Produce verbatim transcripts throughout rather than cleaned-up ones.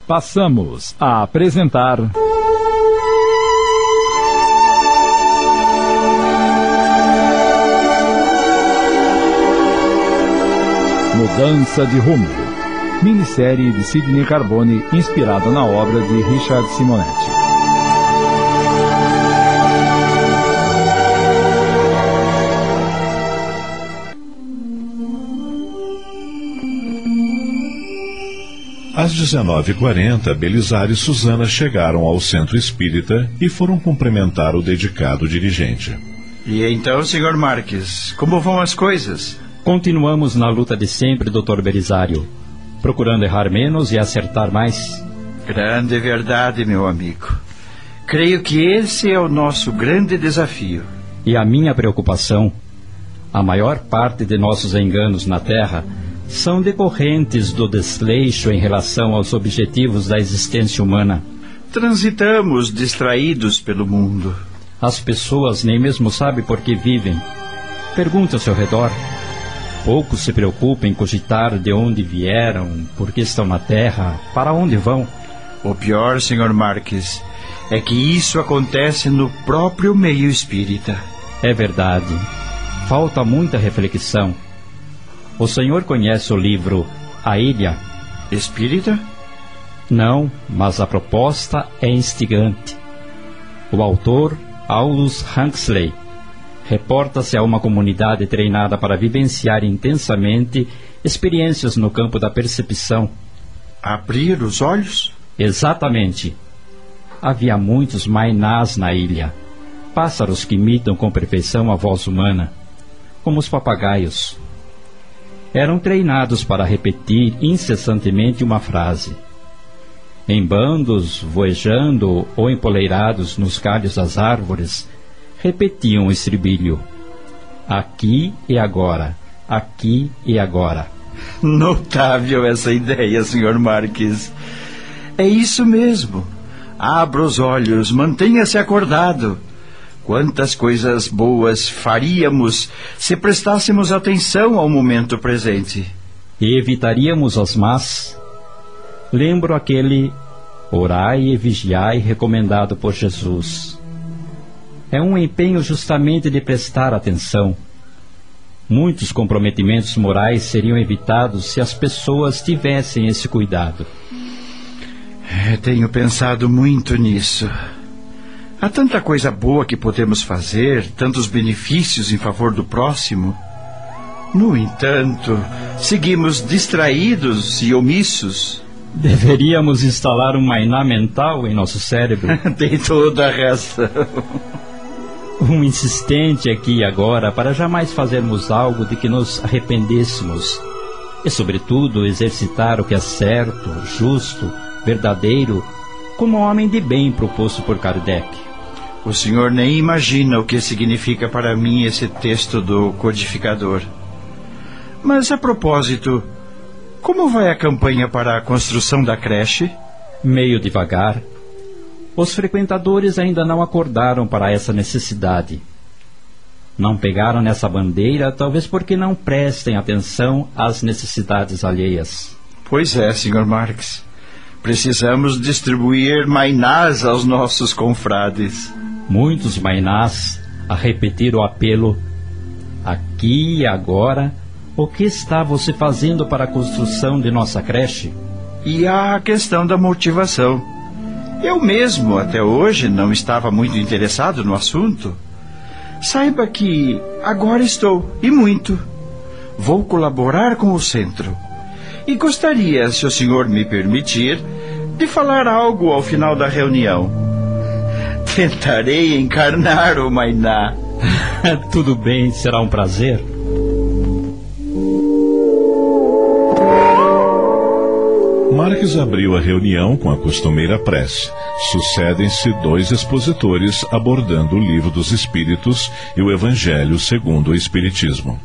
Passamos a apresentar... Mudança de Rumo, minissérie de Sidney Carbone, inspirada na obra de Richard Simonetti. Às dezenove e quarenta, Belisário e Susana chegaram ao centro espírita e foram cumprimentar o dedicado dirigente. E então, senhor Marques, como vão as coisas? Continuamos na luta de sempre, doutor Belisário, procurando errar menos e acertar mais. Grande verdade, meu amigo. Creio que esse é o nosso grande desafio. E a minha preocupação, a maior parte de nossos enganos na Terra são decorrentes do desleixo em relação aos objetivos da existência humana. Transitamos distraídos pelo mundo. As pessoas nem mesmo sabem por que vivem. Pergunte ao seu redor. Poucos se preocupam em cogitar de onde vieram, por que estão na Terra, para onde vão. O pior, senhor Marques, é que isso acontece no próprio meio espírita. É verdade. Falta muita reflexão. O senhor conhece o livro A Ilha? Espírita? Não, mas a proposta é instigante. O autor, Aldous Huxley, reporta-se a uma comunidade treinada para vivenciar intensamente experiências no campo da percepção. Abrir os olhos? Exatamente. Havia muitos mainás na ilha, pássaros que imitam com perfeição a voz humana, como os papagaios. Eram treinados para repetir incessantemente uma frase. Em bandos, voejando ou empoleirados nos galhos das árvores, repetiam o estribilho: aqui e agora, aqui e agora. Notável essa ideia, senhor Marques. É isso mesmo. Abra os olhos, mantenha-se acordado. Quantas coisas boas faríamos se prestássemos atenção ao momento presente. E evitaríamos as más. Lembro aquele orai e vigiai recomendado por Jesus. É um empenho justamente de prestar atenção. Muitos comprometimentos morais seriam evitados se as pessoas tivessem esse cuidado. É, tenho pensado muito nisso. Há tanta coisa boa que podemos fazer, tantos benefícios em favor do próximo. No entanto, seguimos distraídos e omissos. Deveríamos instalar um mainá mental em nosso cérebro. Tem toda a razão. Um insistente aqui e agora para jamais fazermos algo de que nos arrependêssemos. E, sobretudo, exercitar o que é certo, justo, verdadeiro, como homem de bem proposto por Kardec. O senhor nem imagina o que significa para mim esse texto do codificador. Mas, a propósito, como vai a campanha para a construção da creche? Meio devagar. Os frequentadores ainda não acordaram para essa necessidade. Não pegaram nessa bandeira, talvez porque não prestem atenção às necessidades alheias. Pois é, senhor Marques. Precisamos distribuir mainás aos nossos confrades. Muitos mainás a repetir o apelo: aqui e agora, o que está você fazendo para a construção de nossa creche? E há a questão da motivação. Eu mesmo, até hoje, não estava muito interessado no assunto. Saiba que agora estou, e muito. Vou colaborar com o centro. E gostaria, se o senhor me permitir, de falar algo ao final da reunião. Tentarei encarnar o mainá. Tudo bem, será um prazer. Marques abriu a reunião com a costumeira prece. Sucedem-se dois expositores abordando o Livro dos Espíritos e o Evangelho segundo o Espiritismo.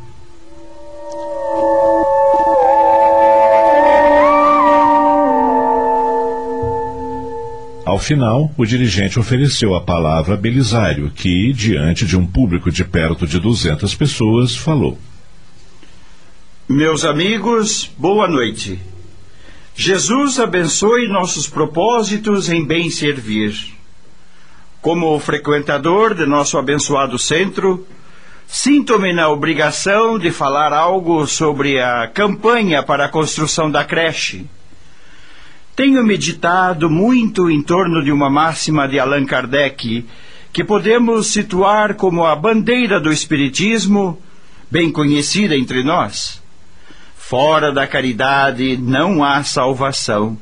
Ao final, o dirigente ofereceu a palavra a Belisário, que, diante de um público de perto de duzentas pessoas, falou: Meus amigos, boa noite. Jesus abençoe nossos propósitos em bem servir. Como frequentador de nosso abençoado centro, sinto-me na obrigação de falar algo sobre a campanha para a construção da creche. Tenho meditado muito em torno de uma máxima de Allan Kardec, que podemos situar como a bandeira do Espiritismo, bem conhecida entre nós. Fora da caridade não há salvação.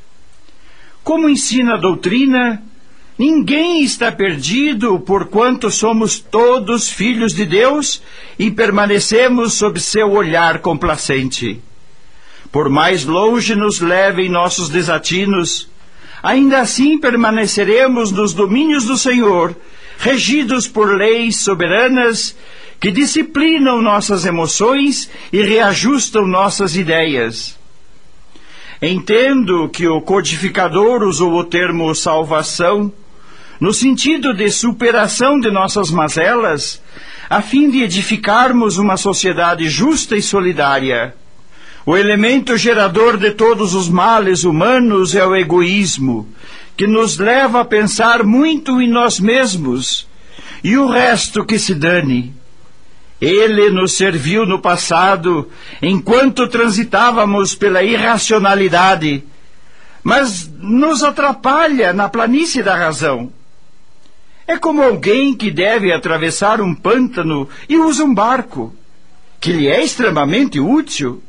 Como ensina a doutrina, ninguém está perdido, porquanto somos todos filhos de Deus e permanecemos sob seu olhar complacente. Por mais longe nos levem nossos desatinos, ainda assim permaneceremos nos domínios do Senhor, regidos por leis soberanas que disciplinam nossas emoções e reajustam nossas ideias. Entendo que o codificador usou o termo salvação no sentido de superação de nossas mazelas, a fim de edificarmos uma sociedade justa e solidária. O elemento gerador de todos os males humanos é o egoísmo, que nos leva a pensar muito em nós mesmos, e o resto que se dane. Ele nos serviu no passado, enquanto transitávamos pela irracionalidade, mas nos atrapalha na planície da razão. É como alguém que deve atravessar um pântano e usa um barco, que lhe é extremamente útil.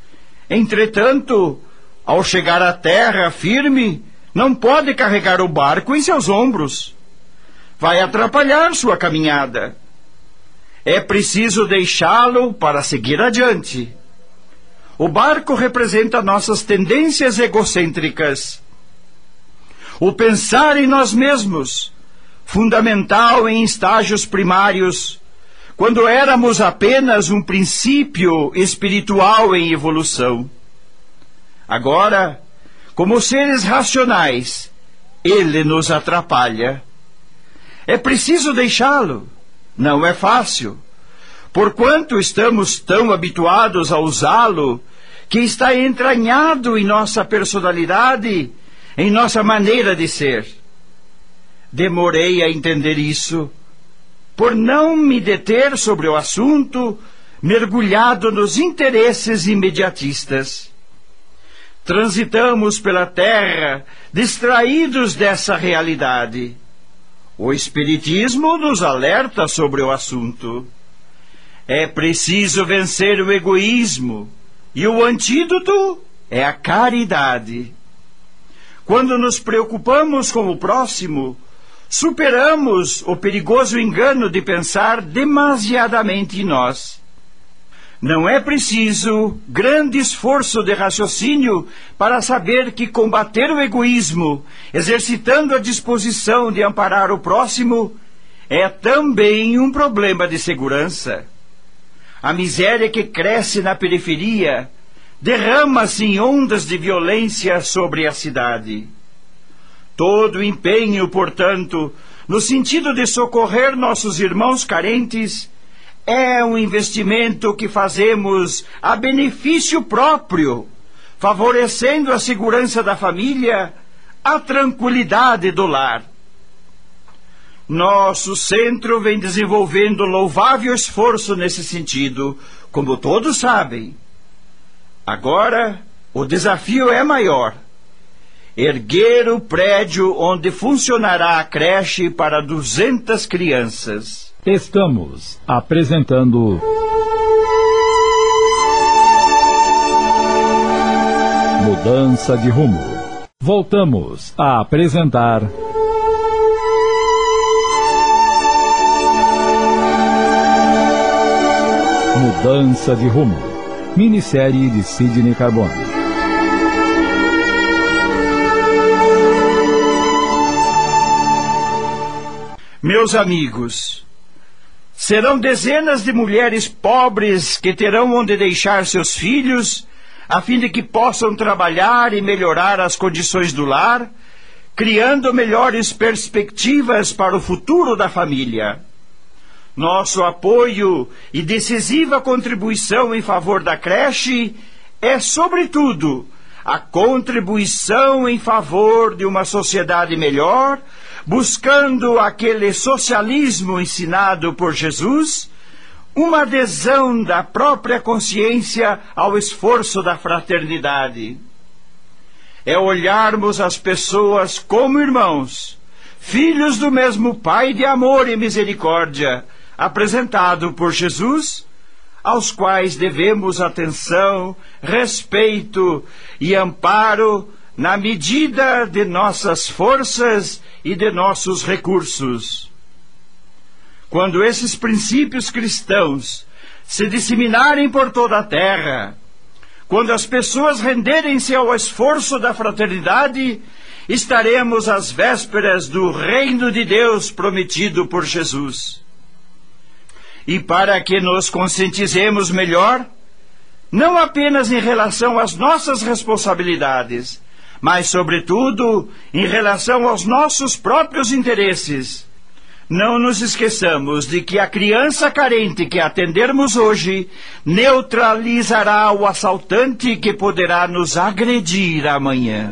Entretanto, ao chegar à terra firme, não pode carregar o barco em seus ombros. Vai atrapalhar sua caminhada. É preciso deixá-lo para seguir adiante. O barco representa nossas tendências egocêntricas. O pensar em nós mesmos, fundamental em estágios primários, quando éramos apenas um princípio espiritual em evolução. Agora, como seres racionais, ele nos atrapalha. É preciso deixá-lo. Não é fácil, porquanto estamos tão habituados a usá-lo, que está entranhado em nossa personalidade, em nossa maneira de ser. Demorei a entender isso, por não me deter sobre o assunto, mergulhado nos interesses imediatistas. Transitamos pela terra, distraídos dessa realidade. O Espiritismo nos alerta sobre o assunto. É preciso vencer o egoísmo, e o antídoto é a caridade. Quando nos preocupamos com o próximo, superamos o perigoso engano de pensar demasiadamente em nós. Não é preciso grande esforço de raciocínio para saber que combater o egoísmo, exercitando a disposição de amparar o próximo, é também um problema de segurança. A miséria que cresce na periferia derrama-se em ondas de violência sobre a cidade. Todo empenho, portanto, no sentido de socorrer nossos irmãos carentes, é um investimento que fazemos a benefício próprio, favorecendo a segurança da família, a tranquilidade do lar. Nosso centro vem desenvolvendo louvável esforço nesse sentido, como todos sabem. Agora, o desafio é maior. Erguer o prédio onde funcionará a creche para duzentas crianças. Estamos apresentando Mudança de Rumo. Voltamos a apresentar Mudança de Rumo, minissérie de Sidney Carbone. Meus amigos, serão dezenas de mulheres pobres que terão onde deixar seus filhos, a fim de que possam trabalhar e melhorar as condições do lar, criando melhores perspectivas para o futuro da família. Nosso apoio e decisiva contribuição em favor da creche é, sobretudo, a contribuição em favor de uma sociedade melhor, buscando aquele socialismo ensinado por Jesus, uma adesão da própria consciência ao esforço da fraternidade. É olharmos as pessoas como irmãos, filhos do mesmo Pai de amor e misericórdia, apresentado por Jesus, aos quais devemos atenção, respeito e amparo na medida de nossas forças e de nossos recursos. Quando esses princípios cristãos se disseminarem por toda a terra, quando as pessoas renderem-se ao esforço da fraternidade, estaremos às vésperas do reino de Deus prometido por Jesus. E para que nos conscientizemos melhor, não apenas em relação às nossas responsabilidades, mas, sobretudo, em relação aos nossos próprios interesses, não nos esqueçamos de que a criança carente que atendermos hoje neutralizará o assaltante que poderá nos agredir amanhã.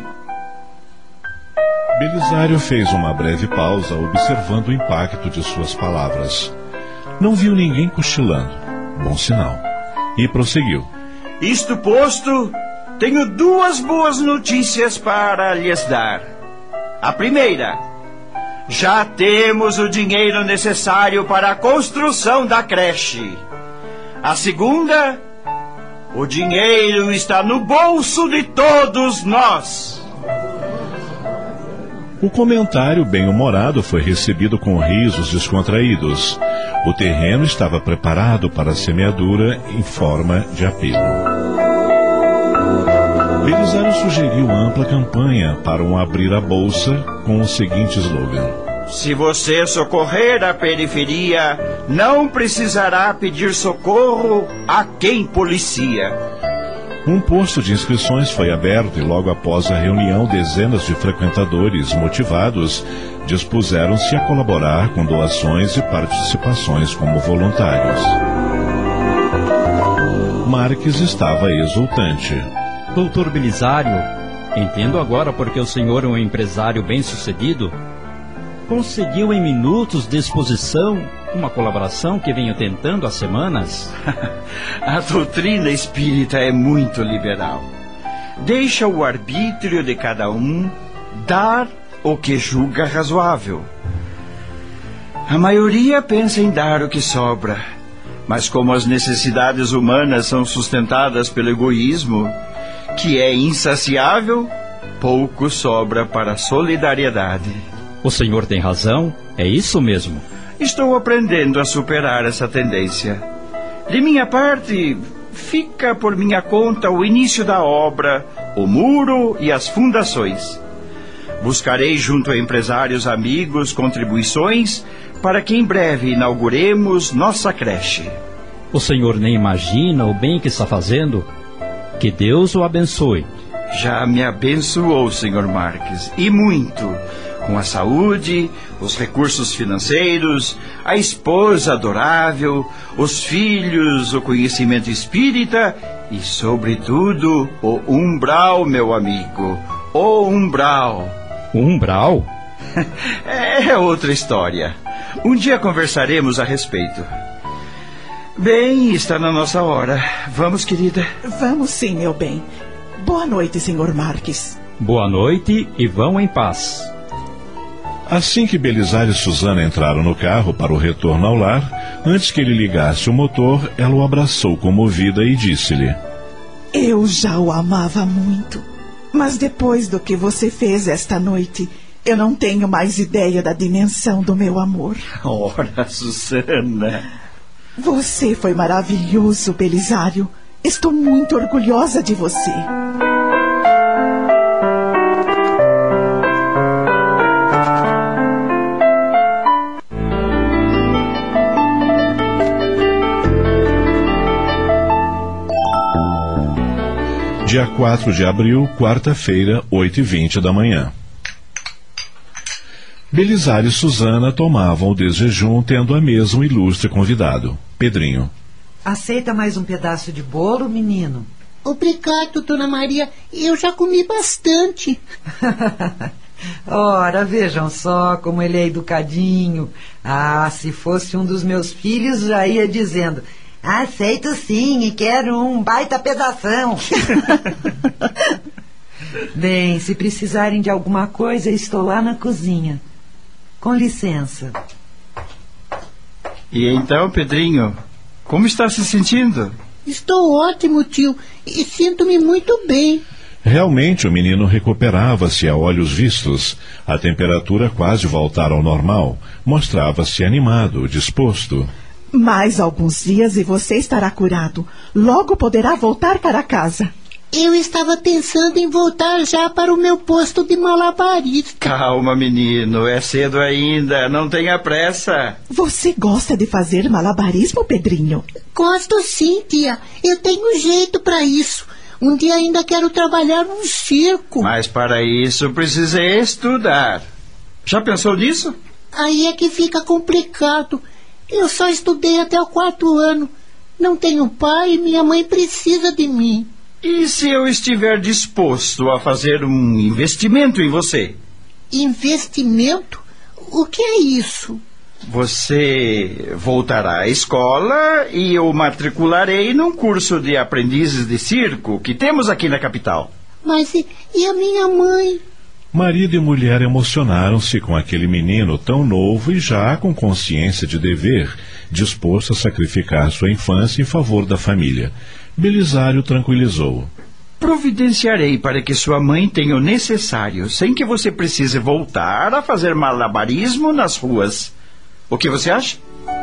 Belisário fez uma breve pausa, observando o impacto de suas palavras. Não viu ninguém cochilando. Bom sinal. E prosseguiu. Isto posto, tenho duas boas notícias para lhes dar. A primeira: já temos o dinheiro necessário para a construção da creche. A segunda: o dinheiro está no bolso de todos nós. O comentário bem-humorado foi recebido com risos descontraídos. O terreno estava preparado para a semeadura em forma de apelo. Belisário sugeriu ampla campanha para um abrir a bolsa com o seguinte slogan: se você socorrer a periferia, não precisará pedir socorro a quem policia. Um posto de inscrições foi aberto e logo após a reunião, dezenas de frequentadores motivados dispuseram-se a colaborar com doações e participações como voluntários. Marques estava exultante. Doutor Belisário, entendo agora porque o senhor é um empresário bem-sucedido. Conseguiu em minutos de exposição uma colaboração que venho tentando há semanas. A doutrina espírita é muito liberal. Deixa o arbítrio de cada um dar o que julga razoável. A maioria pensa em dar o que sobra, mas como as necessidades humanas são sustentadas pelo egoísmo, que é insaciável, pouco sobra para a solidariedade. O senhor tem razão, é isso mesmo. Estou aprendendo a superar essa tendência. De minha parte, fica por minha conta o início da obra, o muro e as fundações. Buscarei junto a empresários amigos contribuições para que em breve inauguremos nossa creche. O senhor nem imagina o bem que está fazendo? Que Deus o abençoe. Já me abençoou, senhor Marques, e muito. Com a saúde, os recursos financeiros, a esposa adorável, os filhos, o conhecimento espírita e, sobretudo, o umbral, meu amigo. O umbral. O umbral? É outra história. Um dia conversaremos a respeito. Bem, está na nossa hora. Vamos, querida? Vamos sim, meu bem. Boa noite, senhor Marques. Boa noite e vão em paz. Assim que Belisário e Susana entraram no carro para o retorno ao lar, antes que ele ligasse o motor, ela o abraçou comovida e disse-lhe: eu já o amava muito, mas depois do que você fez esta noite, eu não tenho mais ideia da dimensão do meu amor. Ora, Susana... Você foi maravilhoso, Belisário. Estou muito orgulhosa de você. Dia quatro de abril, quarta-feira, oito e vinte da manhã. Belisário e Susana tomavam o desjejum, tendo à mesa um ilustre convidado, Pedrinho. Aceita mais um pedaço de bolo, menino? Obrigado, Dona Maria. Eu já comi bastante. Ora, vejam só como ele é educadinho. Ah, se fosse um dos meus filhos, já ia dizendo: aceito sim e quero um baita pedação. Bem, se precisarem de alguma coisa, estou lá na cozinha. Com licença. E então, Pedrinho, como está se sentindo? Estou ótimo, tio, e sinto-me muito bem. Realmente o menino recuperava-se a olhos vistos. A temperatura quase voltara ao normal. Mostrava-se animado, disposto. Mais alguns dias e você estará curado. Logo poderá voltar para casa. Eu estava pensando em voltar já para o meu posto de malabarista. Calma, menino, é cedo ainda, não tenha pressa. Você gosta de fazer malabarismo, Pedrinho? Gosto sim, tia. Eu tenho jeito para isso. Um dia ainda quero trabalhar num circo. Mas para isso precisei estudar. Já pensou nisso? Aí é que fica complicado. Eu só estudei até o quarto ano. Não tenho pai e minha mãe precisa de mim. E se eu estiver disposto a fazer um investimento em você? Investimento? O que é isso? Você voltará à escola e eu matricularei num curso de aprendizes de circo que temos aqui na capital. Mas e, e a minha mãe? Marido e mulher emocionaram-se com aquele menino tão novo e já com consciência de dever, disposto a sacrificar sua infância em favor da família. Belisário tranquilizou. Providenciarei para que sua mãe tenha o necessário, sem que você precise voltar a fazer malabarismo nas ruas. O que você acha?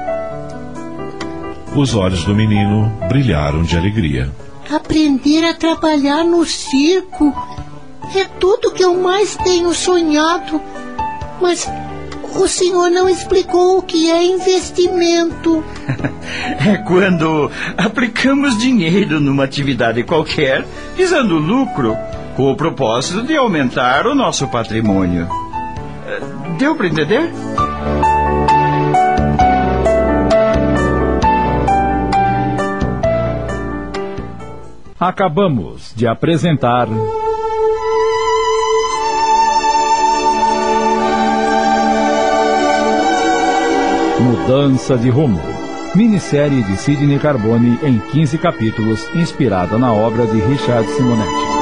Os olhos do menino brilharam de alegria. Aprender a trabalhar no circo é tudo que eu mais tenho sonhado. Mas o senhor não explicou o que é investimento. É quando aplicamos dinheiro numa atividade qualquer, visando lucro, com o propósito de aumentar o nosso patrimônio. Deu para entender? Acabamos de apresentar Mudança de Rumo, minissérie de Sidney Carbone em quinze capítulos, inspirada na obra de Richard Simonetti.